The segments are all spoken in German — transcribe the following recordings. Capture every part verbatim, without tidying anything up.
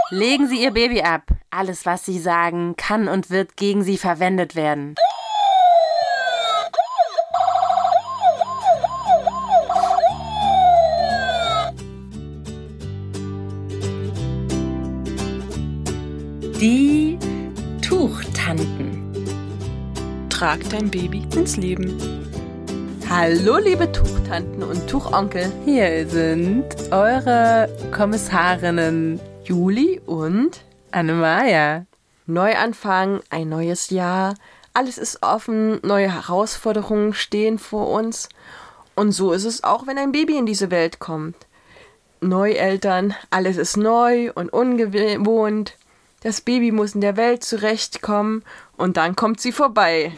Legen Sie Ihr Baby ab. Alles, was Sie sagen, kann und wird gegen Sie verwendet werden. Die Tuchtanten. Trag dein Baby ins Leben. Hallo liebe Tuchtanten und Tuchonkel. Hier sind eure Kommissarinnen Juli und Annemaja. Neuanfang, ein neues Jahr. Alles ist offen, neue Herausforderungen stehen vor uns. Und so ist es auch, wenn ein Baby in diese Welt kommt. Neueltern, alles ist neu und ungewohnt. Das Baby muss in der Welt zurechtkommen und dann kommt sie vorbei.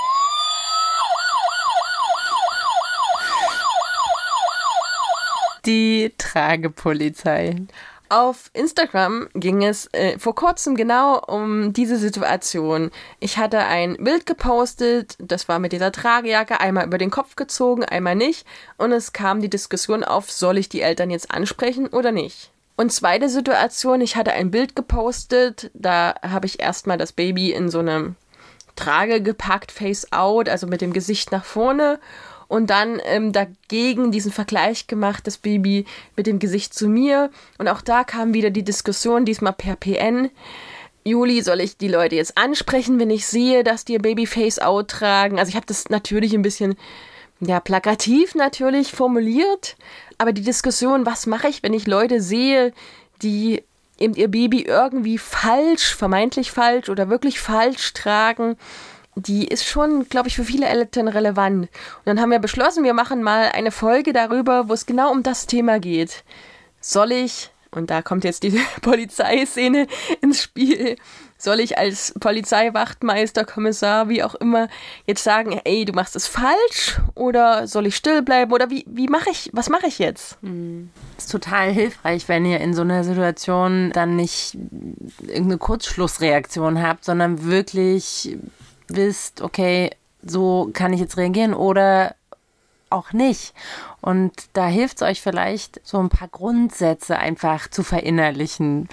Die Tragepolizei. Auf Instagram ging es äh, vor kurzem genau um diese Situation. Ich hatte ein Bild gepostet, das war mit dieser Tragejacke, einmal über den Kopf gezogen, einmal nicht. Und es kam die Diskussion auf, soll ich die Eltern jetzt ansprechen oder nicht? Und zweite Situation, ich hatte ein Bild gepostet, da habe ich erstmal das Baby in so eine Trage gepackt, face out, also mit dem Gesicht nach vorne. Und dann ähm, dagegen diesen Vergleich gemacht, das Baby mit dem Gesicht zu mir. Und auch da kam wieder die Diskussion, diesmal per P N. Juli, soll ich die Leute jetzt ansprechen, wenn ich sehe, dass die ihr Baby face-out tragen? Also ich habe das natürlich ein bisschen, ja, plakativ natürlich formuliert. Aber die Diskussion, was mache ich, wenn ich Leute sehe, die eben ihr Baby irgendwie falsch, vermeintlich falsch oder wirklich falsch tragen, die ist schon, glaube ich, für viele Eltern relevant. Und dann haben wir beschlossen, wir machen mal eine Folge darüber, wo es genau um das Thema geht. Soll ich, und da kommt jetzt die Polizeiszene ins Spiel, soll ich als Polizeiwachtmeister, Kommissar, wie auch immer, jetzt sagen, ey, du machst es falsch, oder soll ich still bleiben, oder wie, wie mache ich, was mache ich jetzt? Mhm. Ist total hilfreich, wenn ihr in so einer Situation dann nicht irgendeine Kurzschlussreaktion habt, sondern wirklich wisst, okay, so kann ich jetzt reagieren oder auch nicht. Und da hilft es euch vielleicht, so ein paar Grundsätze einfach zu verinnerlichen.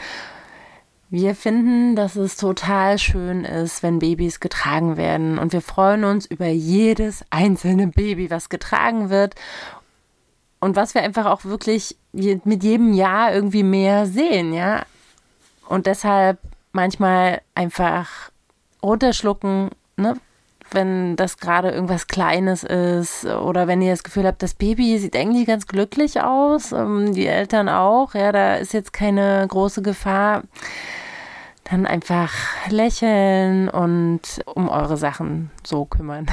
Wir finden, dass es total schön ist, wenn Babys getragen werden. Und wir freuen uns über jedes einzelne Baby, was getragen wird. Und was wir einfach auch wirklich mit jedem Jahr irgendwie mehr sehen, ja. Und deshalb manchmal einfach runterschlucken, ne? Wenn das gerade irgendwas Kleines ist oder wenn ihr das Gefühl habt, das Baby sieht eigentlich ganz glücklich aus, die Eltern auch, ja, da ist jetzt keine große Gefahr, dann einfach lächeln und um eure Sachen so kümmern.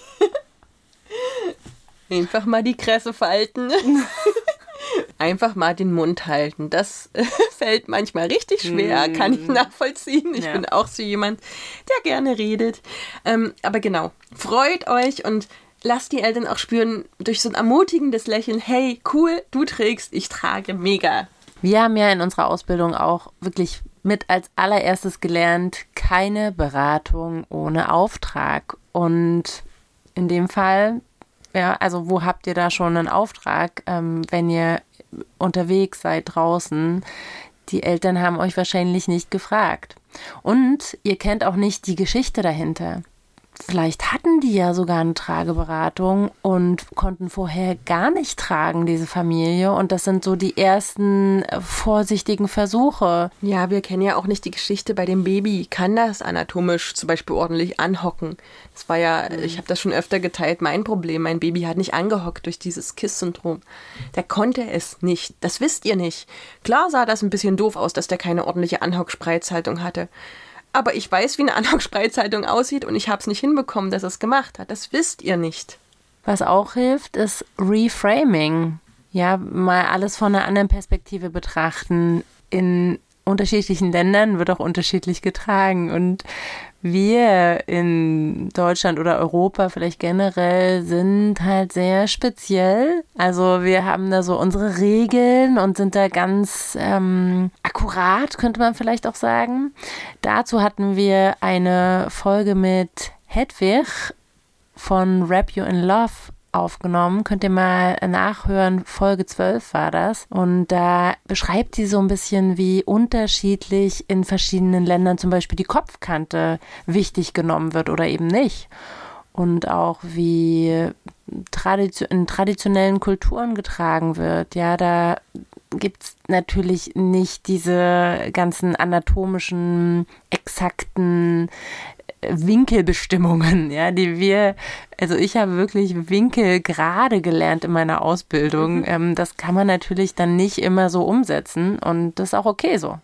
Einfach mal die Kresse falten. Einfach mal den Mund halten. Das äh, fällt manchmal richtig schwer, mm. kann ich nachvollziehen. Ich ja. bin auch so jemand, der gerne redet. Ähm, aber genau, freut euch und lasst die Eltern auch spüren, durch so ein ermutigendes Lächeln, hey, cool, du trägst, ich trage, mega. Wir haben ja in unserer Ausbildung auch wirklich mit als allererstes gelernt, keine Beratung ohne Auftrag. Und in dem Fall, ja, also wo habt ihr da schon einen Auftrag, ähm, wenn ihr unterwegs seid draußen? Die Eltern haben euch wahrscheinlich nicht gefragt. Und ihr kennt auch nicht die Geschichte dahinter. Vielleicht hatten die ja sogar eine Trageberatung und konnten vorher gar nicht tragen, diese Familie. Und das sind so die ersten vorsichtigen Versuche. Ja, wir kennen ja auch nicht die Geschichte bei dem Baby. Kann das anatomisch zum Beispiel ordentlich anhocken? Das war ja, mhm. ich habe das schon öfter geteilt, mein Problem. Mein Baby hat nicht angehockt durch dieses Kiss-Syndrom. Der konnte es nicht. Das wisst ihr nicht. Klar sah das ein bisschen doof aus, dass der keine ordentliche Anhockspreizhaltung hatte. Aber ich weiß, wie eine Anhockspreizhaltung aussieht und ich habe es nicht hinbekommen, dass er es gemacht hat. Das wisst ihr nicht. Was auch hilft, ist Reframing. Ja, mal alles von einer anderen Perspektive betrachten. In unterschiedlichen Ländern wird auch unterschiedlich getragen. Und wir in Deutschland oder Europa vielleicht generell sind halt sehr speziell. Also wir haben da so unsere Regeln und sind da ganz ähm, akkurat, könnte man vielleicht auch sagen. Dazu hatten wir eine Folge mit Hedwig von Wrap You in Love aufgenommen. Könnt ihr mal nachhören, Folge zwölf war das. Und da beschreibt sie so ein bisschen, wie unterschiedlich in verschiedenen Ländern zum Beispiel die Kopfkante wichtig genommen wird oder eben nicht. Und auch wie Tradition, in traditionellen Kulturen getragen wird. Ja, da gibt es natürlich nicht diese ganzen anatomischen, exakten Winkelbestimmungen, ja, die wir, also ich habe wirklich Winkel gerade gelernt in meiner Ausbildung. Mhm. Ähm, das kann man natürlich dann nicht immer so umsetzen und das ist auch okay so.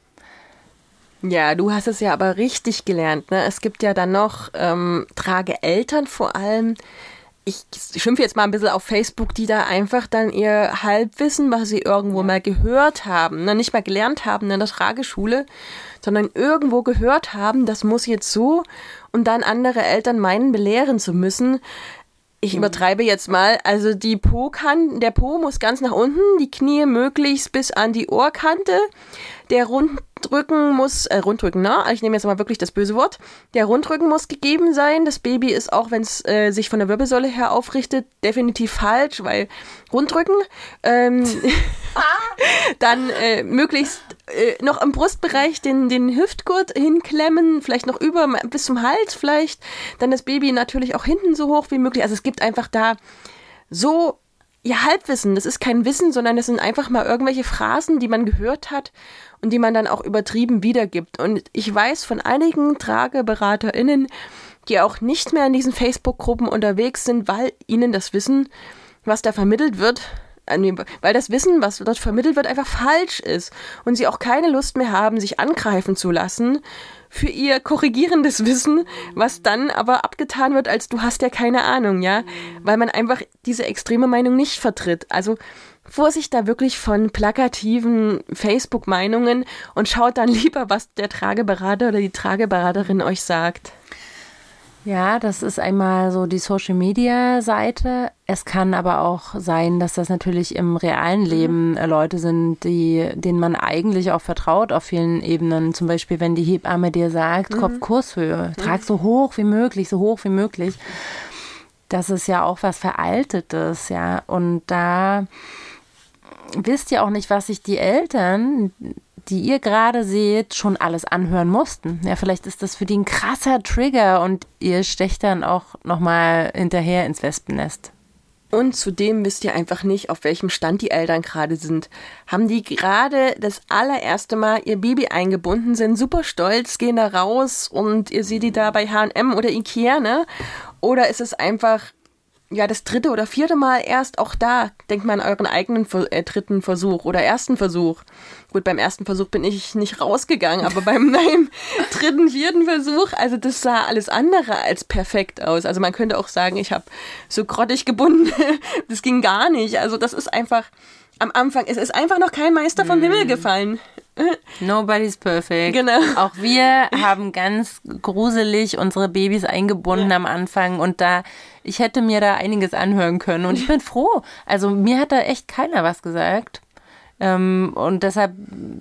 Ja, du hast es ja aber richtig gelernt, ne? Es gibt ja dann noch ähm, Trageeltern vor allem. Ich schimpfe jetzt mal ein bisschen auf Facebook, die da einfach dann ihr Halbwissen, was sie irgendwo mal gehört haben, ne, nicht mal gelernt haben in der Trageschule, sondern irgendwo gehört haben, das muss jetzt so, und dann andere Eltern meinen, belehren zu müssen. Ich übertreibe jetzt mal, also die Po-Kan- der Po muss ganz nach unten, die Knie möglichst bis an die Ohrkante, der Rundrücken muss, äh, Rundrücken, ne? Ich nehme jetzt mal wirklich das böse Wort, der Rundrücken muss gegeben sein, das Baby ist, auch wenn es äh, sich von der Wirbelsäule her aufrichtet, definitiv falsch, weil Rundrücken, ähm, dann äh, möglichst äh, noch im Brustbereich den, den Hüftgurt hinklemmen, vielleicht noch über, bis zum Hals vielleicht, dann das Baby natürlich auch hinten so hoch wie möglich, also es gibt einfach da so, ja, Halbwissen, das ist kein Wissen, sondern das sind einfach mal irgendwelche Phrasen, die man gehört hat und die man dann auch übertrieben wiedergibt. Und ich weiß von einigen TrageberaterInnen, die auch nicht mehr in diesen Facebook-Gruppen unterwegs sind, weil ihnen das Wissen, was da vermittelt wird, weil das Wissen, was dort vermittelt wird, einfach falsch ist und sie auch keine Lust mehr haben, sich angreifen zu lassen für ihr korrigierendes Wissen, was dann aber abgetan wird, als du hast ja keine Ahnung, ja, weil man einfach diese extreme Meinung nicht vertritt. Also Vorsicht da wirklich von plakativen Facebook-Meinungen und schaut dann lieber, was der Trageberater oder die Trageberaterin euch sagt. Ja, das ist einmal so die Social-Media-Seite. Es kann aber auch sein, dass das natürlich im realen Leben mhm. Leute sind, die, denen man eigentlich auch vertraut auf vielen Ebenen. Zum Beispiel, wenn die Hebamme dir sagt, mhm. Kopf-Kurshöhe, mhm. trag so hoch wie möglich, so hoch wie möglich. Das ist ja auch was Veraltetes, ja. Und da wisst ihr auch nicht, was sich die Eltern, die ihr gerade seht, schon alles anhören mussten. Ja, vielleicht ist das für die ein krasser Trigger und ihr stecht dann auch nochmal hinterher ins Wespennest. Und zudem wisst ihr einfach nicht, auf welchem Stand die Eltern gerade sind. Haben die gerade das allererste Mal ihr Baby eingebunden, sind super stolz, gehen da raus und ihr seht die da bei H und M oder Ikea, ne? Oder ist es einfach, ja, das dritte oder vierte Mal erst, auch da, denkt mal an euren eigenen äh, dritten Versuch oder ersten Versuch. Gut, beim ersten Versuch bin ich nicht rausgegangen, aber beim nein, dritten, vierten Versuch, also das sah alles andere als perfekt aus. Also man könnte auch sagen, ich habe so grottig gebunden, das ging gar nicht. Also das ist einfach, am Anfang, es ist einfach noch kein Meister vom Himmel gefallen. Nobody's perfect. Genau. Auch wir haben ganz gruselig unsere Babys eingebunden ja. am Anfang und da, ich hätte mir da einiges anhören können und ich bin froh. Also mir hat da echt keiner was gesagt. Ähm, und deshalb,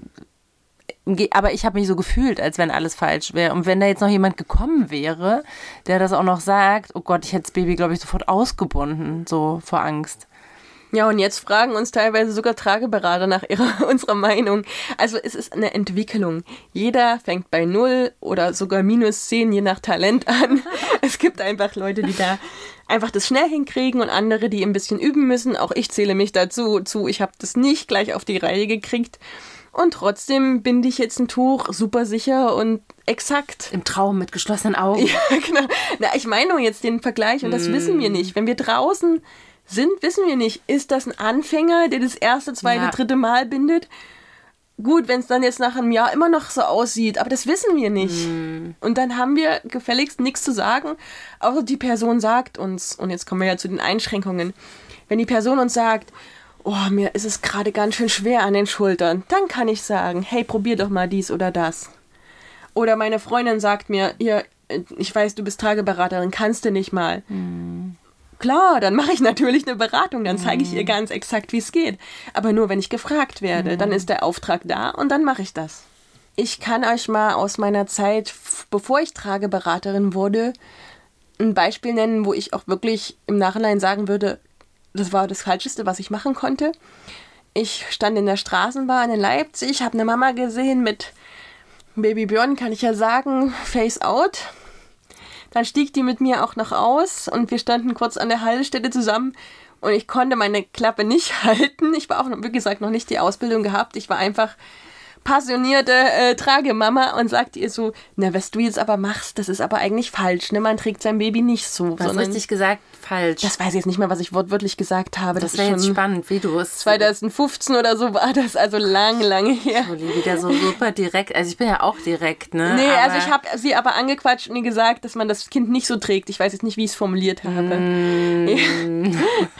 aber ich habe mich so gefühlt, als wenn alles falsch wäre. Und wenn da jetzt noch jemand gekommen wäre, der das auch noch sagt, oh Gott, ich hätte das Baby, glaube ich, sofort ausgebunden, so vor Angst. Ja, und jetzt fragen uns teilweise sogar Trageberater nach ihrer, unserer Meinung. Also es ist eine Entwicklung. Jeder fängt bei null oder sogar minus zehn, je nach Talent an. Es gibt einfach Leute, die da einfach das schnell hinkriegen und andere, die ein bisschen üben müssen. Auch ich zähle mich dazu. zu. Ich habe das nicht gleich auf die Reihe gekriegt. Und trotzdem binde ich jetzt ein Tuch super sicher und exakt. Im Traum mit geschlossenen Augen. Ja, genau. Na, ich meine nur jetzt den Vergleich und das mm. wissen wir nicht. Wenn wir draußen sind, wissen wir nicht. Ist das ein Anfänger, der das erste, zweite, ja. dritte Mal bindet? Gut, wenn es dann jetzt nach einem Jahr immer noch so aussieht, aber das wissen wir nicht. Mm. Und dann haben wir gefälligst nichts zu sagen, außer die Person sagt uns, und jetzt kommen wir ja zu den Einschränkungen, wenn die Person uns sagt, oh, mir ist es gerade ganz schön schwer an den Schultern, dann kann ich sagen, hey, probier doch mal dies oder das. Oder meine Freundin sagt mir, ihr, ich weiß, du bist Trageberaterin, kannst du nicht mal. Mm. Klar, dann mache ich natürlich eine Beratung, dann zeige ich ihr ganz exakt, wie es geht. Aber nur, wenn ich gefragt werde, dann ist der Auftrag da und dann mache ich das. Ich kann euch mal aus meiner Zeit, bevor ich Trageberaterin wurde, ein Beispiel nennen, wo ich auch wirklich im Nachhinein sagen würde, das war das Falscheste, was ich machen konnte. Ich stand in der Straßenbahn in Leipzig, habe eine Mama gesehen mit Baby Björn, kann ich ja sagen, face out. Dann stieg die mit mir auch noch aus und wir standen kurz an der Haltestelle zusammen und ich konnte meine Klappe nicht halten. Ich war auch, wie gesagt, noch nicht die Ausbildung gehabt. Ich war einfach passionierte äh, Tragemama und sagte ihr so, na, was du jetzt aber machst, das ist aber eigentlich falsch, ne? Man trägt sein Baby nicht so. Was richtig gesagt, falsch. Das weiß ich jetzt nicht mehr, was ich wortwörtlich gesagt habe. Das, das wäre ist jetzt spannend, wie du es... zwanzig fünfzehn oder so war das, also lang, lange her. Entschuldigung, wieder so super direkt, also ich bin ja auch direkt, ne? Nee, aber also ich habe sie aber angequatscht und ihr gesagt, dass man das Kind nicht so trägt. Ich weiß jetzt nicht, wie ich es formuliert habe. Mm.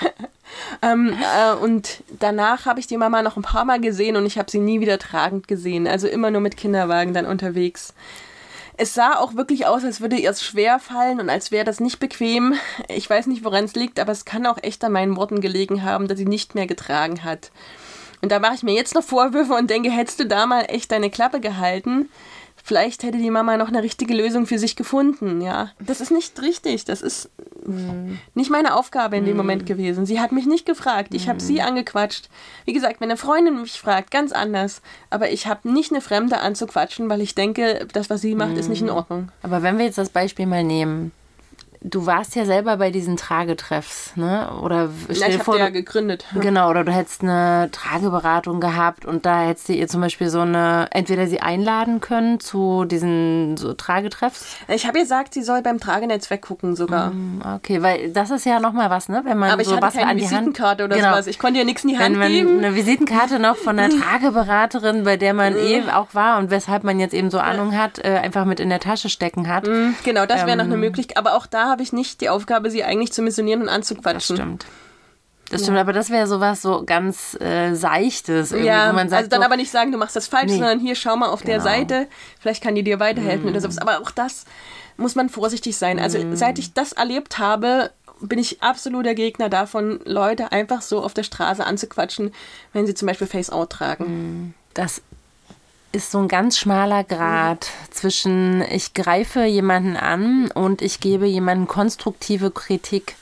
Ähm, äh, und danach habe ich die Mama noch ein paar Mal gesehen und ich habe sie nie wieder tragend gesehen. Also immer nur mit Kinderwagen dann unterwegs. Es sah auch wirklich aus, als würde ihr es schwer fallen und als wäre das nicht bequem. Ich weiß nicht, woran es liegt, aber es kann auch echt an meinen Worten gelegen haben, dass sie nicht mehr getragen hat. Und da mache ich mir jetzt noch Vorwürfe und denke, hättest du da mal echt deine Klappe gehalten, vielleicht hätte die Mama noch eine richtige Lösung für sich gefunden, ja. Das ist nicht richtig, das ist mm. nicht meine Aufgabe in dem mm. Moment gewesen. Sie hat mich nicht gefragt, ich mm. habe sie angequatscht. Wie gesagt, wenn eine Freundin mich fragt, ganz anders. Aber ich habe nicht eine Fremde anzuquatschen, weil ich denke, das, was sie macht, mm. ist nicht in Ordnung. Aber wenn wir jetzt das Beispiel mal nehmen, du warst ja selber bei diesen Tragetreffs, ne? Oder ja, ich habe ja gegründet. Genau, oder du hättest eine Trageberatung gehabt und da hättest du ihr zum Beispiel so eine, entweder sie einladen können zu diesen so Tragetreffs. Ich habe ihr gesagt, sie soll beim Tragenetzwerk gucken sogar. Okay, weil das ist ja nochmal was, ne? Wenn man aber ich so hatte was keine an die Visitenkarte Hand, oder genau. sowas. Ich konnte ihr nichts in die Hand Wenn man geben. eine Visitenkarte noch von einer Trageberaterin, bei der man eh auch war und weshalb man jetzt eben so Ahnung hat, äh, einfach mit in der Tasche stecken hat. Genau, das wäre ähm, noch eine Möglichkeit. Aber auch da habe ich nicht die Aufgabe, sie eigentlich zu missionieren und anzuquatschen. Das stimmt. Das stimmt, ja. Aber das wäre sowas so ganz äh, Seichtes. Ja, wo man sagt, also dann so, aber nicht sagen, du machst das falsch, nee. sondern hier, schau mal auf genau. der Seite, vielleicht kann die dir weiterhelfen mm. oder sowas. Aber auch das muss man vorsichtig sein. Also mm. seit ich das erlebt habe, bin ich absoluter Gegner davon, Leute einfach so auf der Straße anzuquatschen, wenn sie zum Beispiel Face-Out tragen. Das ist so ein ganz schmaler Grat mhm. zwischen ich greife jemanden an und ich gebe jemandem konstruktive Kritik,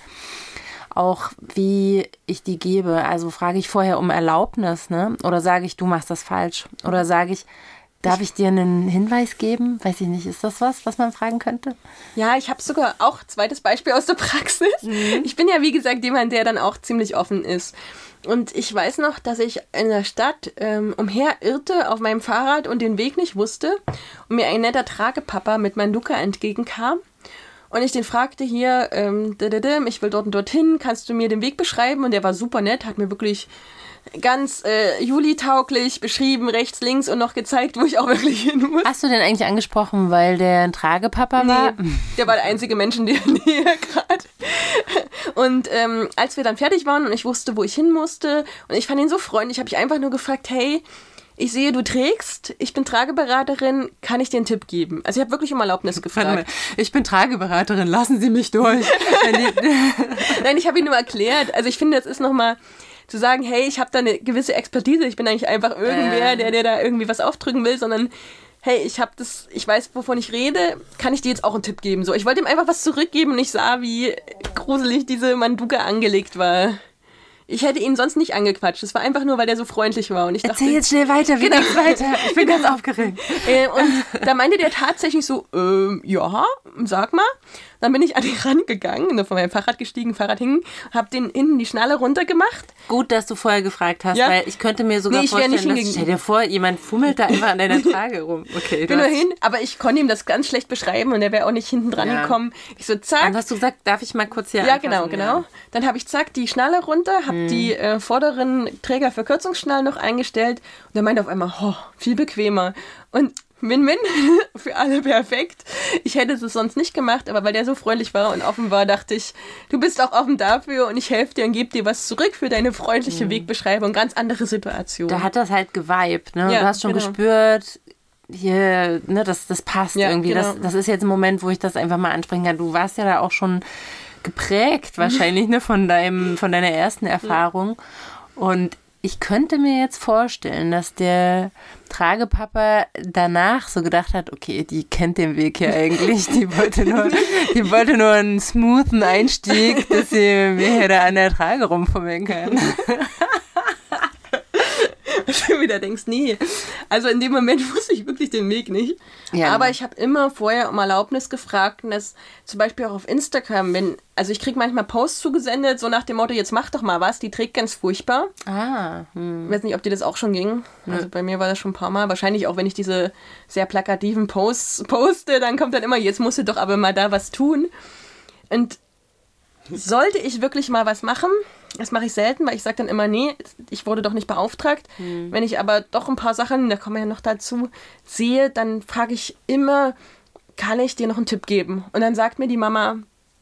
auch wie ich die gebe. Also frage ich vorher um Erlaubnis, ne? Oder sage ich, du machst das falsch? Oder sage ich, darf ich dir einen Hinweis geben? Weiß ich nicht, ist das was, was man fragen könnte? Ja, ich habe sogar auch zweites Beispiel aus der Praxis. Mhm. Ich bin ja, wie gesagt, jemand, der dann auch ziemlich offen ist. Und ich weiß noch, dass ich in der Stadt ähm, umherirrte auf meinem Fahrrad und den Weg nicht wusste und mir ein netter Tragepapa mit Manduka entgegenkam. Und ich den fragte hier, ähm, ich will dort und dorthin, kannst du mir den Weg beschreiben? Und der war super nett, hat mir wirklich ganz äh, Juli-tauglich beschrieben, rechts, links und noch gezeigt, wo ich auch wirklich hin muss. Hast du den eigentlich angesprochen, weil der ein Tragepapa war? Nee, der war der einzige Mensch in der Nähe gerade. Und ähm, als wir dann fertig waren und ich wusste, wo ich hin musste und ich fand ihn so freundlich, habe ich einfach nur gefragt, hey, ich sehe, du trägst, ich bin Trageberaterin, kann ich dir einen Tipp geben? Also ich habe wirklich um Erlaubnis gefragt. Ich bin Trageberaterin, lassen Sie mich durch. Nein, ich habe ihn nur erklärt. Also ich finde, das ist nochmal zu sagen, hey, ich habe da eine gewisse Expertise, ich bin eigentlich einfach irgendwer, der dir da irgendwie was aufdrücken will, sondern hey, ich habe das, ich weiß, wovon ich rede, kann ich dir jetzt auch einen Tipp geben? So, ich wollte ihm einfach was zurückgeben und ich sah, wie gruselig diese Manduka angelegt war. Ich hätte ihn sonst nicht angequatscht. Das war einfach nur, weil der so freundlich war. Und ich Erzähl dachte, jetzt schnell weiter, wie genau. geht's weiter? Ich bin ganz aufgeregt. Äh, und da meinte der tatsächlich so, ähm, ja, sag mal. Dann bin ich an den Rand gegangen, von meinem Fahrrad gestiegen, Fahrrad hing, hab den hinten die Schnalle runtergemacht. Gut, dass du vorher gefragt hast, ja. weil ich könnte mir sogar nee, ich vorstellen, nicht dass, stell dir vor, jemand fummelt da einfach an deiner Trage rum. Okay, ich bin nur hin, aber ich konnte ihm das ganz schlecht beschreiben und er wäre auch nicht hinten dran ja. gekommen. Ich so, zack. Dann hast du gesagt, darf ich mal kurz hier Ja, anfassen? genau, genau. Ja. Dann habe ich zack die Schnalle runter, habe hm. die äh, vorderen Trägerverkürzungsschnallen noch eingestellt und er meinte auf einmal, oh, viel bequemer. Und Win-Win, für alle perfekt. Ich hätte es sonst nicht gemacht, aber weil der so freundlich war und offen war, dachte ich, du bist auch offen dafür und ich helfe dir und gebe dir was zurück für deine freundliche mhm. Wegbeschreibung. Ganz andere Situation. Da hat das halt geweibt, ne? Ja, du hast schon genau. gespürt, hier, ne, das, das passt ja, irgendwie. Genau. Das, das ist jetzt ein Moment, wo ich das einfach mal ansprechen kann. Du warst ja da auch schon geprägt wahrscheinlich, ne, von deinem, von deiner ersten Erfahrung. Ja. Und ich könnte mir jetzt vorstellen, dass der Tragepapa danach so gedacht hat, okay, die kennt den Weg hier eigentlich, die wollte nur, die wollte nur einen smoothen Einstieg, dass sie mir hier da an der Trage rumfummeln kann. Dass du wieder denkst, nee. Also in dem Moment wusste ich wirklich den Weg nicht. Ja, aber genau. ich habe immer vorher um Erlaubnis gefragt und das zum Beispiel auch auf Instagram, wenn, also ich kriege manchmal Posts zugesendet, so nach dem Motto, jetzt mach doch mal was, die trägt ganz furchtbar. Ah, hm. Ich weiß nicht, ob dir das auch schon ging. Also bei mir war das schon ein paar Mal. Wahrscheinlich auch, wenn ich diese sehr plakativen Posts poste, dann kommt dann immer, jetzt musst du doch aber mal da was tun. Und sollte ich wirklich mal was machen, das mache ich selten, weil ich sage dann immer, nee, ich wurde doch nicht beauftragt. Hm. Wenn ich aber doch ein paar Sachen, da kommen wir ja noch dazu, sehe, dann frage ich immer, kann ich dir noch einen Tipp geben? Und dann sagt mir die Mama,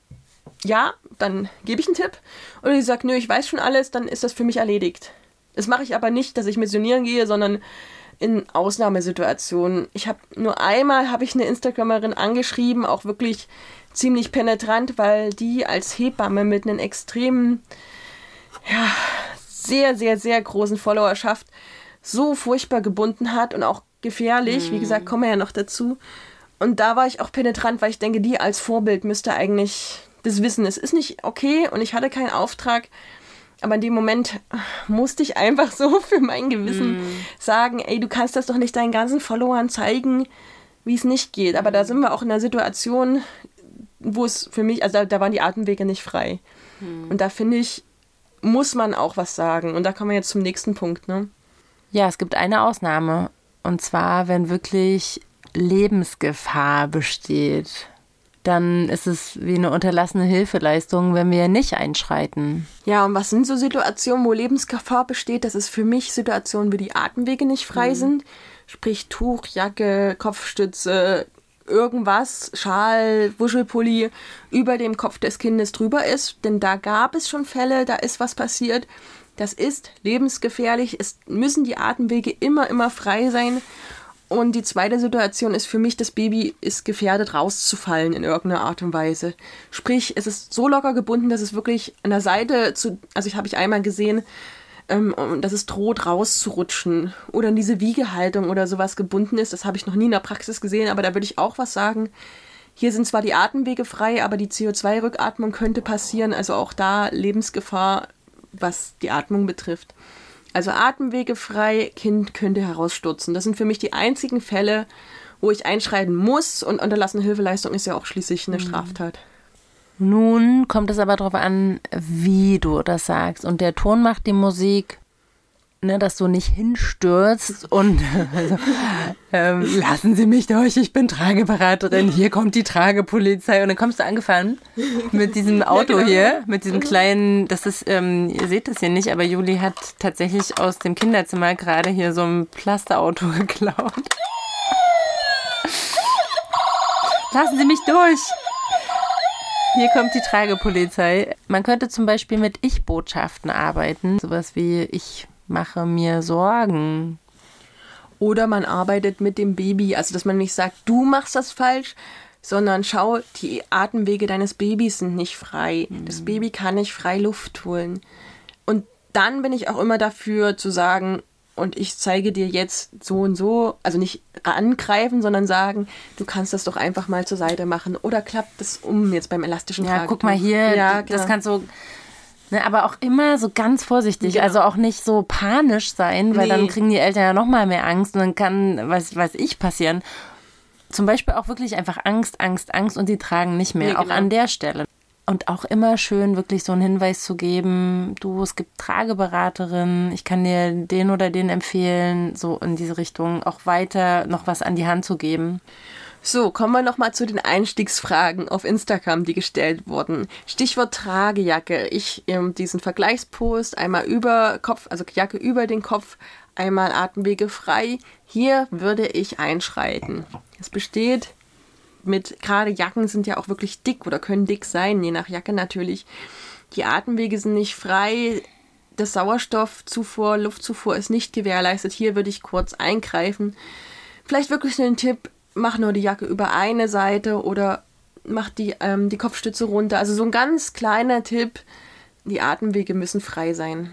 ja, dann gebe ich einen Tipp. Oder die sagt, nö, ich weiß schon alles, dann ist das für mich erledigt. Das mache ich aber nicht, dass ich missionieren gehe, sondern in Ausnahmesituationen. Ich habe nur einmal, habe ich eine Instagramerin angeschrieben, auch wirklich ziemlich penetrant, weil die als Hebamme mit einem extremen, ja, sehr, sehr, sehr großen Followerschaft so furchtbar gebunden hat und auch gefährlich. Mhm. Wie gesagt, kommen wir ja noch dazu. Und da war ich auch penetrant, weil ich denke, die als Vorbild müsste eigentlich das wissen. Es ist nicht okay und ich hatte keinen Auftrag, aber in dem Moment musste ich einfach so für mein Gewissen mhm. sagen, ey, du kannst das doch nicht deinen ganzen Followern zeigen, wie es nicht geht. Aber da sind wir auch in einer Situation, wo es für mich, also da, da waren die Atemwege nicht frei. Mhm. Und da finde ich, muss man auch was sagen. Und da kommen wir jetzt zum nächsten Punkt, ne? Ja, es gibt eine Ausnahme. Und zwar, wenn wirklich Lebensgefahr besteht. Dann ist es wie eine unterlassene Hilfeleistung, wenn wir nicht einschreiten. Ja, und was sind so Situationen, wo Lebensgefahr besteht? Das ist für mich Situationen, wo die Atemwege nicht frei mhm. sind. Sprich Tuch, Jacke, Kopfstütze, irgendwas, Schal, Wuschelpulli über dem Kopf des Kindes drüber ist. Denn da gab es schon Fälle, da ist was passiert. Das ist lebensgefährlich. Es müssen die Atemwege immer, immer frei sein. Und die zweite Situation ist für mich, das Baby ist gefährdet, rauszufallen in irgendeiner Art und Weise. Sprich, es ist so locker gebunden, dass es wirklich an der Seite, zu, also ich habe ich einmal gesehen, ähm, dass es droht, rauszurutschen. Oder in diese Wiegehaltung oder sowas gebunden ist. Das habe ich noch nie in der Praxis gesehen, aber da würde ich auch was sagen. Hier sind zwar die Atemwege frei, aber die C O zwei Rückatmung könnte passieren. Also auch da Lebensgefahr, was die Atmung betrifft. Also Atemwege frei, Kind könnte herausstürzen. Das sind für mich die einzigen Fälle, wo ich einschreiten muss. Und unterlassene Hilfeleistung ist ja auch schließlich eine Straftat. Nun kommt es aber darauf an, wie du das sagst. Und der Ton macht die Musik, ne, dass du nicht hinstürzt und also, ähm, lassen Sie mich durch, ich bin Trageberaterin, hier kommt die Tragepolizei. Und dann kommst du angefahren mit diesem Auto ja, genau. hier, mit diesem kleinen, das ist, ähm, ihr seht das hier nicht, aber Juli hat tatsächlich aus dem Kinderzimmer gerade hier so ein Plasterauto geklaut. Lassen Sie mich durch! Hier kommt die Tragepolizei. Man könnte zum Beispiel mit Ich-Botschaften arbeiten. Sowas wie, ich mache mir Sorgen. Oder man arbeitet mit dem Baby. Also, dass man nicht sagt, du machst das falsch, sondern schau, die Atemwege deines Babys sind nicht frei. Mhm. Das Baby kann nicht frei Luft holen. Und dann bin ich auch immer dafür zu sagen, und ich zeige dir jetzt so und so, also nicht angreifen, sondern sagen, du kannst das doch einfach mal zur Seite machen. Oder klappt das um jetzt beim elastischen Ja, Tragetuch. guck mal hier, ja, das kannst du, ne, aber auch immer so ganz vorsichtig, genau. Also auch nicht so panisch sein, weil nee. Dann kriegen die Eltern ja noch mal mehr Angst und dann kann, was weiß ich, passieren. Zum Beispiel auch wirklich einfach Angst, Angst, Angst und die tragen nicht mehr, nee, auch genau. An der Stelle. Und auch immer schön, wirklich so einen Hinweis zu geben, du, es gibt Trageberaterinnen, ich kann dir den oder den empfehlen, so in diese Richtung, auch weiter noch was an die Hand zu geben. So, kommen wir nochmal zu den Einstiegsfragen auf Instagram, die gestellt wurden. Stichwort Tragejacke. Ich ähm, diesen Vergleichspost, einmal über Kopf, also Jacke über den Kopf, einmal Atemwege frei. Hier würde ich einschreiten. Es besteht mit, gerade Jacken sind ja auch wirklich dick oder können dick sein, je nach Jacke natürlich. Die Atemwege sind nicht frei, das Sauerstoffzufuhr, Luftzufuhr ist nicht gewährleistet. Hier würde ich kurz eingreifen. Vielleicht wirklich einen Tipp, mach nur die Jacke über eine Seite oder mach die, ähm, die Kopfstütze runter. Also so ein ganz kleiner Tipp, die Atemwege müssen frei sein.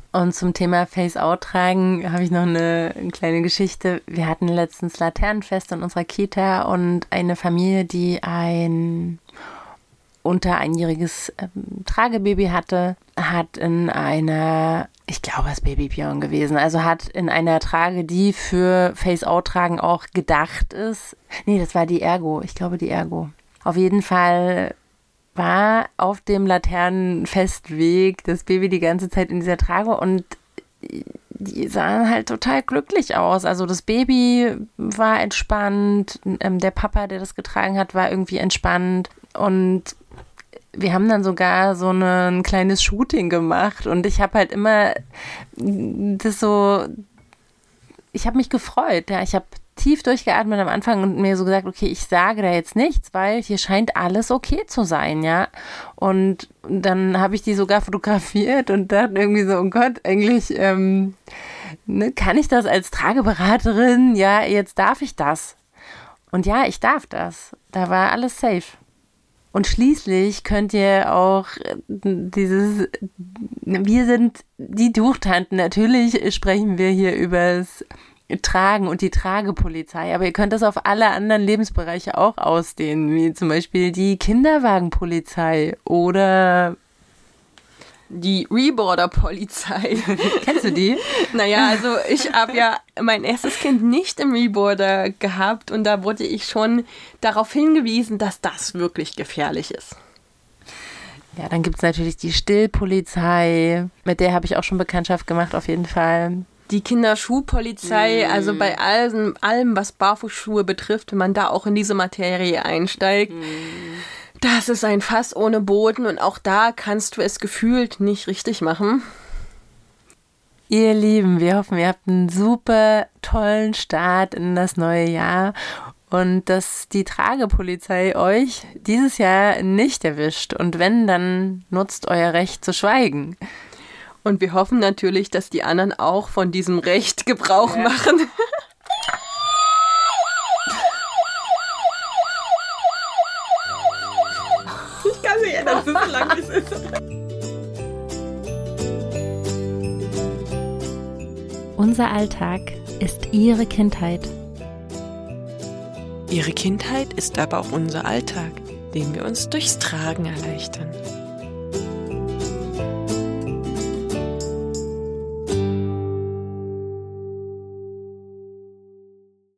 Und zum Thema Face-Out tragen habe ich noch eine, eine kleine Geschichte. Wir hatten letztens Laternenfest in unserer Kita und eine Familie, die ein unter einjähriges ähm, Tragebaby hatte, hat in einer, ich glaube, es ist Baby Björn gewesen, also hat in einer Trage, die für Face-Out-Tragen auch gedacht ist. Nee, das war die Ergo. Ich glaube, die Ergo. Auf jeden Fall war auf dem Laternenfestweg das Baby die ganze Zeit in dieser Trage und die sahen halt total glücklich aus. Also das Baby war entspannt, der Papa, der das getragen hat, war irgendwie entspannt und wir haben dann sogar so eine, ein kleines Shooting gemacht und ich habe halt immer das so, ich habe mich gefreut, ja, ich habe tief durchgeatmet am Anfang und mir so gesagt, okay, ich sage da jetzt nichts, weil hier scheint alles okay zu sein, ja. Und dann habe ich die sogar fotografiert und dachte irgendwie so, oh Gott, eigentlich ähm, ne, kann ich das als Trageberaterin? Ja, jetzt darf ich das. Und ja, ich darf das. Da war alles safe. Und schließlich könnt ihr auch dieses, wir sind die Tuchtanten, natürlich sprechen wir hier übers Tragen und die Tragepolizei, aber ihr könnt das auf alle anderen Lebensbereiche auch ausdehnen, wie zum Beispiel die Kinderwagenpolizei oder die Reboarder-Polizei. Kennst du die? Naja, also ich habe ja mein erstes Kind nicht im Reboarder gehabt und da wurde ich schon darauf hingewiesen, dass das wirklich gefährlich ist. Ja, dann gibt es natürlich die Stillpolizei, mit der habe ich auch schon Bekanntschaft gemacht, auf jeden Fall. Die Kinderschuhpolizei, mm. also bei allem, allem, was Barfußschuhe betrifft, wenn man da auch in diese Materie einsteigt, mm. das ist ein Fass ohne Boden und auch da kannst du es gefühlt nicht richtig machen. Ihr Lieben, wir hoffen, ihr habt einen super tollen Start in das neue Jahr und dass die Tragepolizei euch dieses Jahr nicht erwischt und wenn, dann nutzt euer Recht zu schweigen. Und wir hoffen natürlich, dass die anderen auch von diesem Recht Gebrauch ja. machen. Ich kann nicht ändern, so lang wie es ist. Unser Alltag ist ihre Kindheit. Ihre Kindheit ist aber auch unser Alltag, den wir uns durchs Tragen erleichtern.